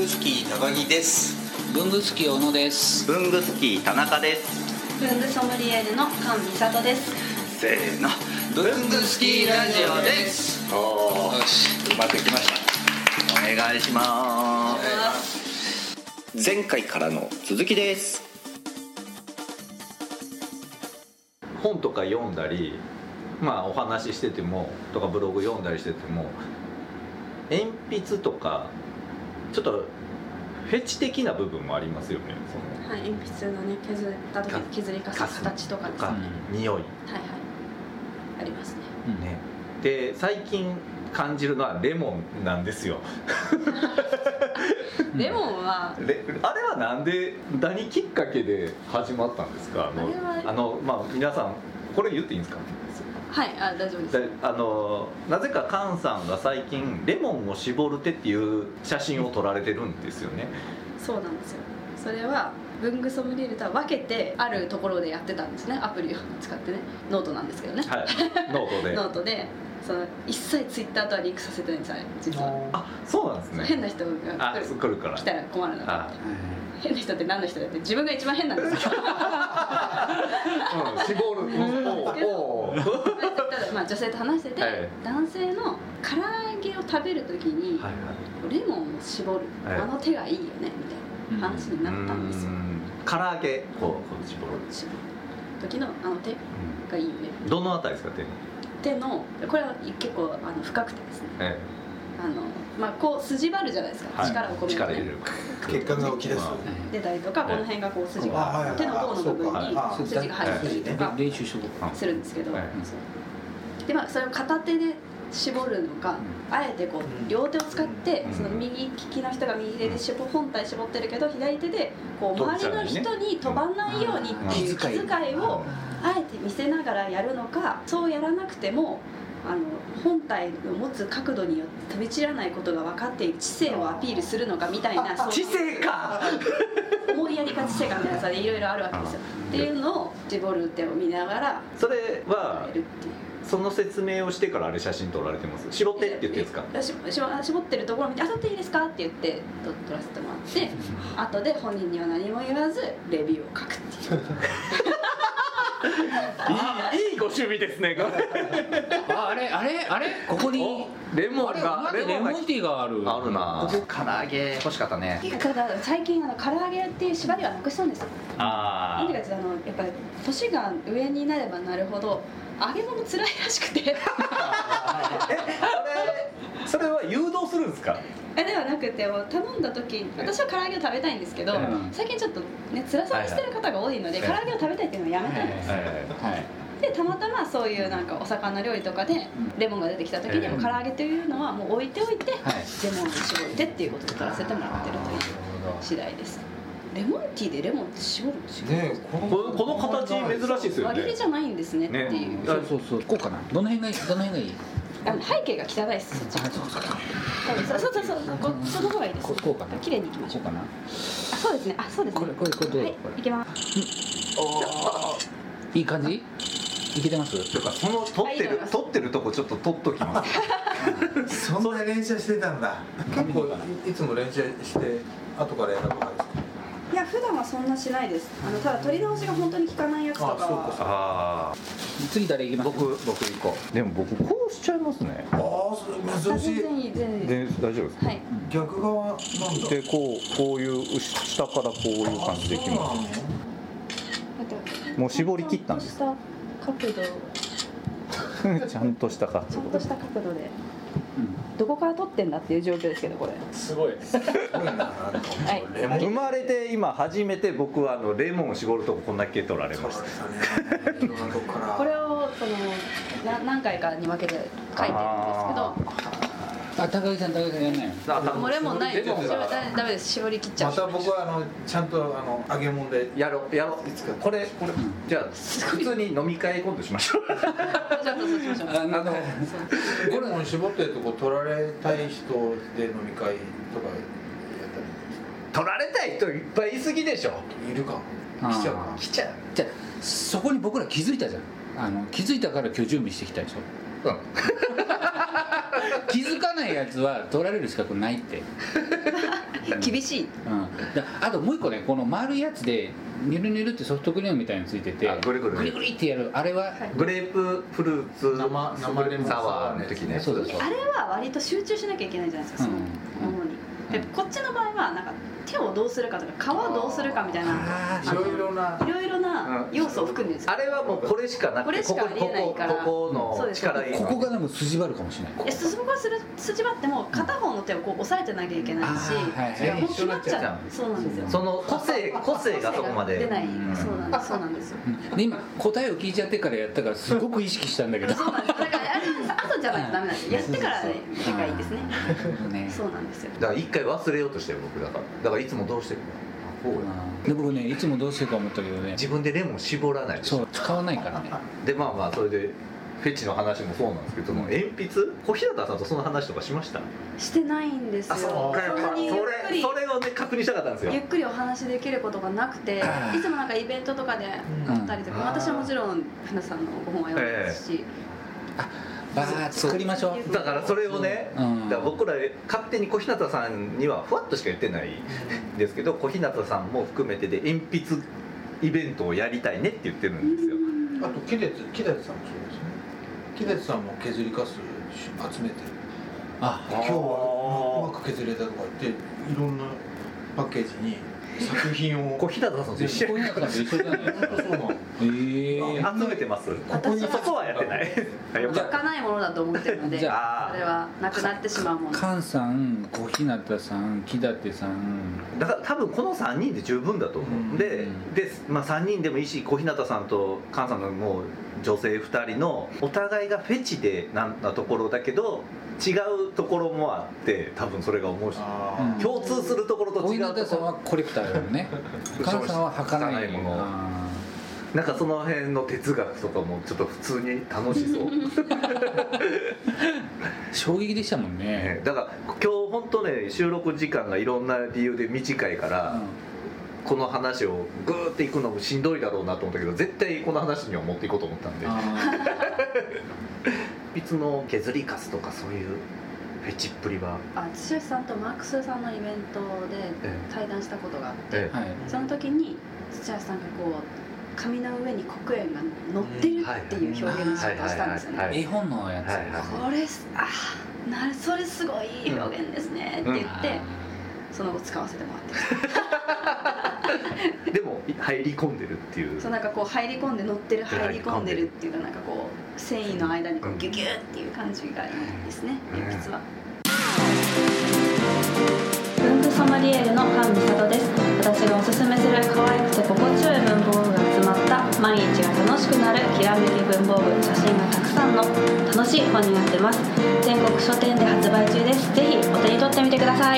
グスキー高木です。 文具スキー小野です。 文具スキー田中です。 文具ソムリエールの菅美里です。 せーの、 文具スキーラジオです。 おー、 よし、 うまくいきました。お願いします。前回からの続きです。 本とか読んだり、お話ししててもとかブログ読んだりしてても、鉛筆とかちょっとフェチ的な部分もありますよね。 はい、鉛筆のね、削った時削りかす形とかですね。 匂い、 はいはい、ありますね。 ね。で、最近感じるのはレモンなんですよ。 レモンはあれは何きっかけで始まったんですか？皆さんこれ言っていいんですか？ はい、大丈夫です。 なぜか菅さんが最近レモンを絞る手っていう写真を撮られてるんですよね。 そうなんですよ。それは文具ソムリエールとは分けてあるところでやってたんですね。アプリを使ってね、ノートなんですけどね。 はい、ノートでノートで一切ツイッターとはリンクさせてないんですよ、実は。 あ、そうなんですね。 変な人が来るから来たら困るなと思って。変な人って何の人だって自分が一番変なんですよ。 絞る。 ただ女性と話してて、男性の唐揚げを食べるときにレモンを絞る、あの手がいいよねみたいな話になったんですよ。 唐揚げこう絞る時のあの手がいいよね。 どのあたりですか？ 手のこれは結構深くてですね、こう筋張るじゃないですか、力を込めて、ね、 血管が起き出す出たりとか、この辺がこう筋が、手の甲の部分に筋が入ったりとかするんですけど、でそれを片手で絞るのか、あえてこう両手を使って、その右利きの人が右手で本体絞ってるけど、左手でこう周りの人に飛ばないようにっていう気遣いをあえて見せながらやるのか、そうやらなくても本体の持つ角度によって飛び散らないことが分かっている知性をアピールするのかみたいな、 知性か思いやりか知性かみたいなさでいろいろあるわけですよ。っていうのを絞る手を見ながらそれはやるっていう。 その説明をしてからあれ写真撮られてます？絞ってって言ってるんですか？絞ってるところを見て「撮っていいですか?」って言って撮らせてもらって、後で本人には何も言わずレビューを書くっていう。 いいご趣味ですね。 あれここにレモンティーがあるな。 唐揚げ欲しかったね。 ただ最近唐揚げっていう縛りはなくしたんですよ。なんでかってやっぱり年が上になればなるほど揚げ物辛いらしくて。 それは誘導するんですか？ ではなくて、頼んだ時、私は唐揚げを食べたいんですけど、最近ちょっとね辛さにしてる方が多いので、唐揚げを食べたいっていうのをやめたんです。でたまたまそういうお魚料理とかでレモンが出てきた時にも唐揚げというのはもう置いておいて、レモンに絞ってっていうことで取らせてもらってるという次第です。レモンティーでレモンって絞るんですよね。 この形珍しいですよね。 輪切りじゃないんですねっていう。 そうこうかな。どの辺がいい？ 背景が汚いです。その方がいいです。 こうかな。 綺麗にいきましょう。 こうかな。 そうですね。そうですね。 これどう？ はい、いきます。 いい感じ？いけてます？ とかその撮ってるとこちょっと撮っときます。 そんな練習してたんだ。結構いつも練習して後からやるとかですか？ いや、普段はそんなしないです。ただ取り直しが本当に効かないやつとかは。 次誰行きます？ 僕行こう。でも僕こうしちゃいますね。 珍しい。 全然大丈夫ですか？ はい。 逆側なんだ。 でこういう下からこういう感じでいきます。もう絞り切ったんです。 角度。 ちゃんとした角度で。どこから撮ってんだっていう状況ですけど、これすごいな。 生まれて今初めて僕はレモンを絞るとこんだけ取られました。 これを何回かに分けて書いてるんですけど、 高木さんやんないよ。 もうレモンないです。ダメです。絞り切っちゃう。 また僕はちゃんと揚げ物でやろう。これじゃあ普通に飲み会今度しましょう。 ちょっとそうしましょう。 レモン絞ってるとこ取られたい人で飲み会とかやったり。 取られたい人いっぱいいすぎでしょ。 いるか。来ちゃう。 じゃあそこに僕ら気づいたじゃん。気づいたから今日準備してきたでしょ。 気づかないやつは取られる資格ないって厳しい、 あともう一個ね、この丸いやつでニュルニュルってソフトクリームみたいについててグリグリグリグリってやる、あれはグレープフルーツ生レモンサワーの時ね。 そうです。 あれは割と集中しなきゃいけないじゃないですか、そのものに。でこっちの場合はなんか手をどうするかとか皮をどうするかみたいないろいろな要素を含んでるんですよ。 あれはもうこれしかなくて、 これしかありえないからここの力ここがでも筋張るかもしれない。 そこが筋張っても片方の手をこう押さえてなきゃいけないし、本当になっちゃう。そうなんですよ。 その個性がそこまで出ない。そうなんですよ。 で今答えを聞いちゃってからやったからすごく意識したんだけど。 そうなんです。だから後じゃないとダメなんですよ。やってからがいいですね。そうなんですよ。 だから一回忘れようとしてる僕だからいつもどうしてるの？ で僕ねいつもどうしてるか思ったけどね、 自分でレモン絞らないでしょ。 そう使わないからね。 でまあそれでフェチの話もそうなんですけど、その鉛筆小日向さんとその話とかしました？ してないんですよ。それをね確認したかったんですよ。 ゆっくりお話できることがなくて、いつもなんかイベントとかであったりとか、私はもちろん船さんのご本は読んでますし、 作りましょう。 だからそれをね、だから僕ら勝手に小日向さんにはふわっとしか言ってないんですけど、小日向さんも含めてで鉛筆イベントをやりたいねって言ってるんですよ。 あと木立さんもそうですね。木立さんも削りカス集めてる。今日はうまく削れたとか言っていろんなパッケージに作品を小日向さんと一緒に集めてます。そこはやってない。 開かないものだと思ってるので、それはなくなってしまうもの。 菅さん、小日向さん、木立さん、 だから多分この3人で十分だと思う。で、3人でもいいし、小日向さんと菅さんのもう女性2人のお互いがフェチでなんなところだけど違うところもあって、多分それが面白い。共通するところと違うところ。 小日向さんはコレクターだよね。菅さんは儚いもの。 なんかその辺の哲学とかもちょっと普通に楽しそう衝撃でしたもんね。 だから今日本当ね収録時間がいろんな理由で短いから、この話をグーっていくのもしんどいだろうなと思ったけど、絶対この話には持っていこうと思ったんで筆の削りカスとかそういうフェチっぷりは土屋さんとマークスさんのイベントで対談したことがあって、その時に土屋さんがこう紙の上に黒鉛が乗ってるっていう表現の仕方をしたんですよね。 絵本のやつ。 これそれすごい表現ですねって言って、その後使わせてもらってでも入り込んでるっていう。 なんかこう入り込んで乗ってる入り込んでるっていうか、なんかこう繊維の間にこうギュギュっていう感じがいいですね、鉛筆は。文具ソムリエールの菅美里です。私がおすすめする可愛くて心地よい文房具が詰まった毎日が楽しくなるきらめき文房具、写真がたくさんの楽しい本になってます。全国書店で発売中です。ぜひお手に取ってみてください。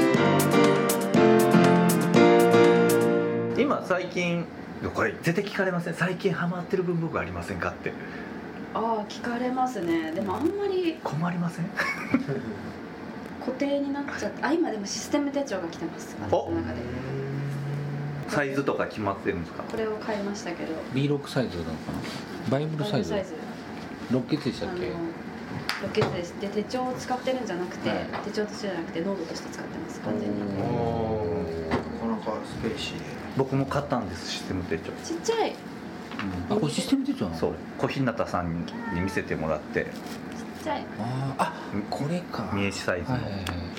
今最近これ絶対聞かれません？最近ハマってる文房具ありませんかって。 聞かれますね。でもあんまり困りません？ 固定になっちゃって、今でもシステム手帳が来てます、私の中で。 サイズとか決まってるんですか？ これを買いましたけど B6 サイズなのかな。バイブルサイズ6ケツでしたっけ ？6ケツです。で手帳を使ってるんじゃなくて、手帳としてじゃなくてノートとして使ってます、完全に。 なかなかスペーシーで。 僕も買ったんです、システム手帳。 ちっちゃい。 これシステム手帳なの？ そう、小日向さんに見せてもらって。 ちっちゃい。 これか。 名刺サイズの。 ちっ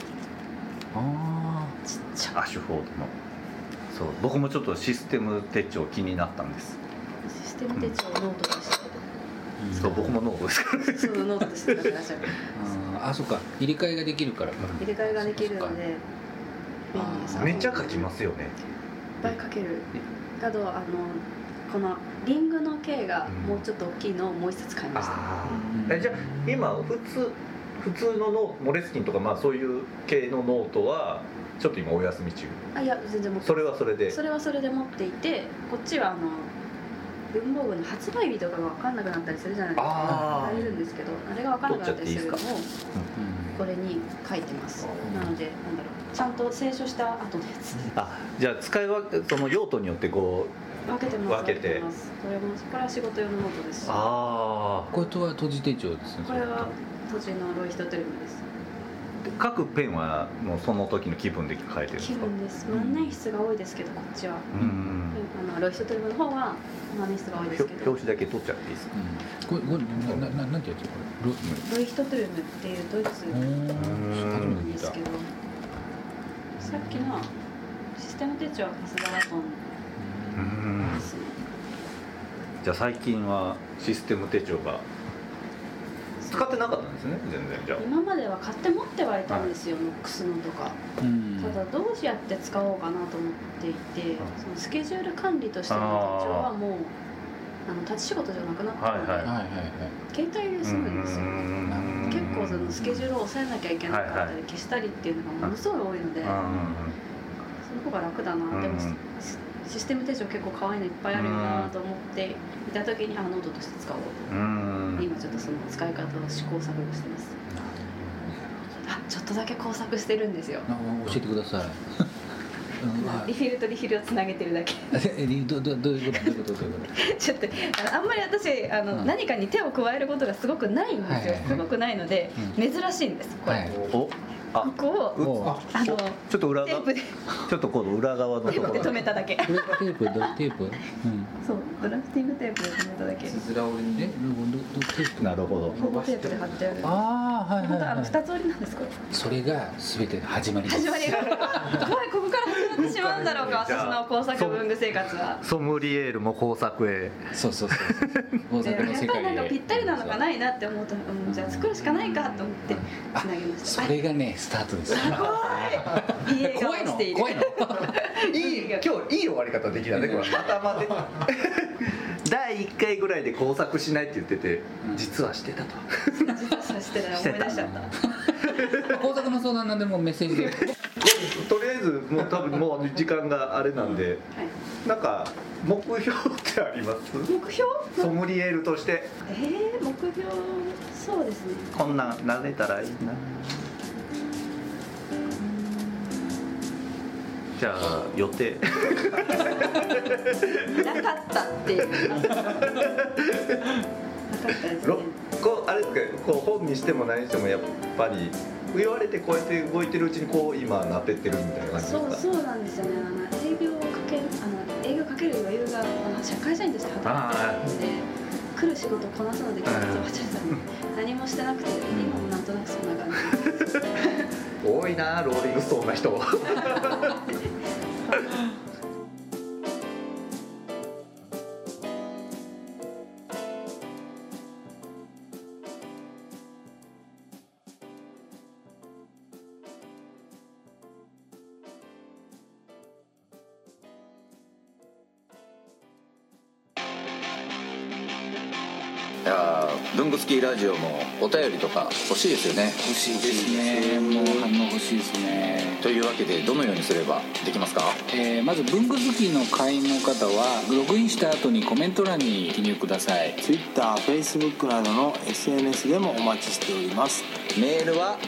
ちゃい。 アシュフォードの。そう、僕もちょっとシステム手帳気になったんです。 システム手帳をノートとして。 そう、僕もノートですから。 そう、ノートとして使ってらっしゃる。 そっか、入れ替えができるから。 入れ替えができるので便利です。 めっちゃ書きますよね。いっぱい書ける。あとこのリングの径がもうちょっと大きいのをもう一冊買いました。 じゃあ今普通のモレスキンとかそういう系のノートはちょっと今お休み中？ いや全然持って。 それはそれで持っていて、こっちは文房具の発売日とかが分かんなくなったりするじゃないですか。あれるんですけど、あれが分かんなくなったりするのをこれに書いてます。なのでちゃんと清書した後のやつ。 じゃあ使い分け、その用途によってこう分けてます。これは仕事用のノートですし。 ああ。 これは閉じ手帳ですね。 これは閉じのロイヒトトゥルムです。 書くペンはもうその時の気分で書いてるんですか？ 気分です。万年筆が多いですけど、こっちは。ロイヒトトゥルムの方は万年筆が多いですけど。 表紙だけ取っちゃっていいですか？ これなんてやつこれ？ロイヒトトゥルムっていうドイツなんですけど、さっきのシステム手帳はパスダラトンですね。 じゃあ最近はシステム手帳が使ってなかったんですね。全然。じゃあ今までは買って持ってはいたんですよ、ノックスのとか。ただどうやって使おうかなと思っていて、そのスケジュール管理としての手帳はもう立ち仕事じゃなくなったので、携帯で済むんですよ。結構そのスケジュールを抑えなきゃいけなかったり消したりっていうのがものすごい多いので、その方が楽だな。でもシステム手帳結構可愛いのいっぱいあるよなと思っていた時にノートとして使おうと。今ちょっとその使い方を試行錯誤してます。ちょっとだけ工作してるんですよ。 教えてください。 リフィルとリフィルをつなげてるだけ。 どういうことちょっとあんまり私何かに手を加えることがすごくないんですよ。すごくないので珍しいんですこれ。ここをちょっと裏側、ちょっとこの裏側のところで止めただけ。 テープそう、ドラフティングテープで止めただけ。 つづら折りにね。 なるほど。 保護テープで貼ってある。本当二つ折りなんですこれ。 それが全ての始まりです。 始まりが。怖い、ここから始まってしまうんだろうか、私の工作文具生活は。 ソムリエールも工作へ。 そう。工作の世界へ。 やっぱりぴったりなのがないなって思うと、じゃあ作るしかないかと思ってつなげました。 それがねスタートです。 怖い。いい笑顔している。 怖いの？今日いい終わり方できたねこれ。頭で。第1回ぐらいで工作しないって言ってて、実はしてたと。 実はしてた。思い出しちゃった。 工作の相談なんでもメッセージで。 とりあえずもう多分もう時間があれなんで、なんか目標ってあります？ 目標？ ソムリエールとして。 目標、そうですね。 こんなんなれたらいいな。じゃあ予定なかったっていうなかったですね。 あれですか、こう本にしても何にしてもやっぱり言われてこうやって動いてるうちにこう今なってってるみたいな感じですか？そうなんですよね。営業かける余裕が社会社員として働いているので、来る仕事をこなすので休日は何もしてなくて、今もなんとなくそんな感じ多いなローリングストーンな人文具スキーラジオもお便りとか欲しいですよね。 欲しいですね。もう反応欲しいですね。 というわけでどのようにすればできますか？ まず文具好きの会員の方はログインした後にコメント欄に記入ください。 Twitter、Facebook などの SNS でもお待ちしております。 メールは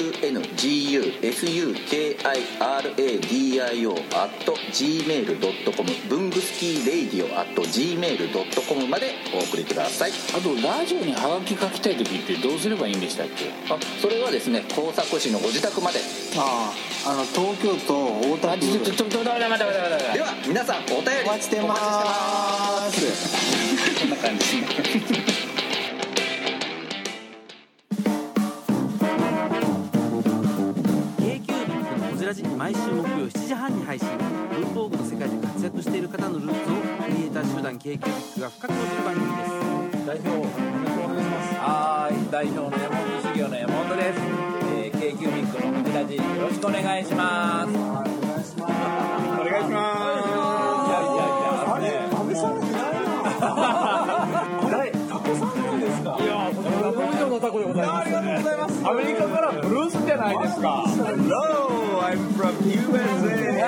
bungusukiradio@gmail.com 文具スキーレイディオ@gmail.com までお送りください。 あとラジオにハガキ書きたい時ってどうすればいいんでしたっけ？ それはですね、工作士のご自宅まで。 東京都大田区。 では皆さんお便りお待ちしてます。 こんな感じですね。 毎週木曜7時半に配信。文房具の世界で活躍している方のルーツをクリエイター集団 KQBIC が深く落ちる番組です。 代表お願いします。代表の山本修行の山本です。KQBIC の藤ラジよろしくお願いします。お願いします。お願いします。あれ安倍さんいないな。タコさんなんですか？いやー、タコ以上のタコでございます。ありがとうございます。アメリカからブルースじゃないですか。Hello, I'm from USA.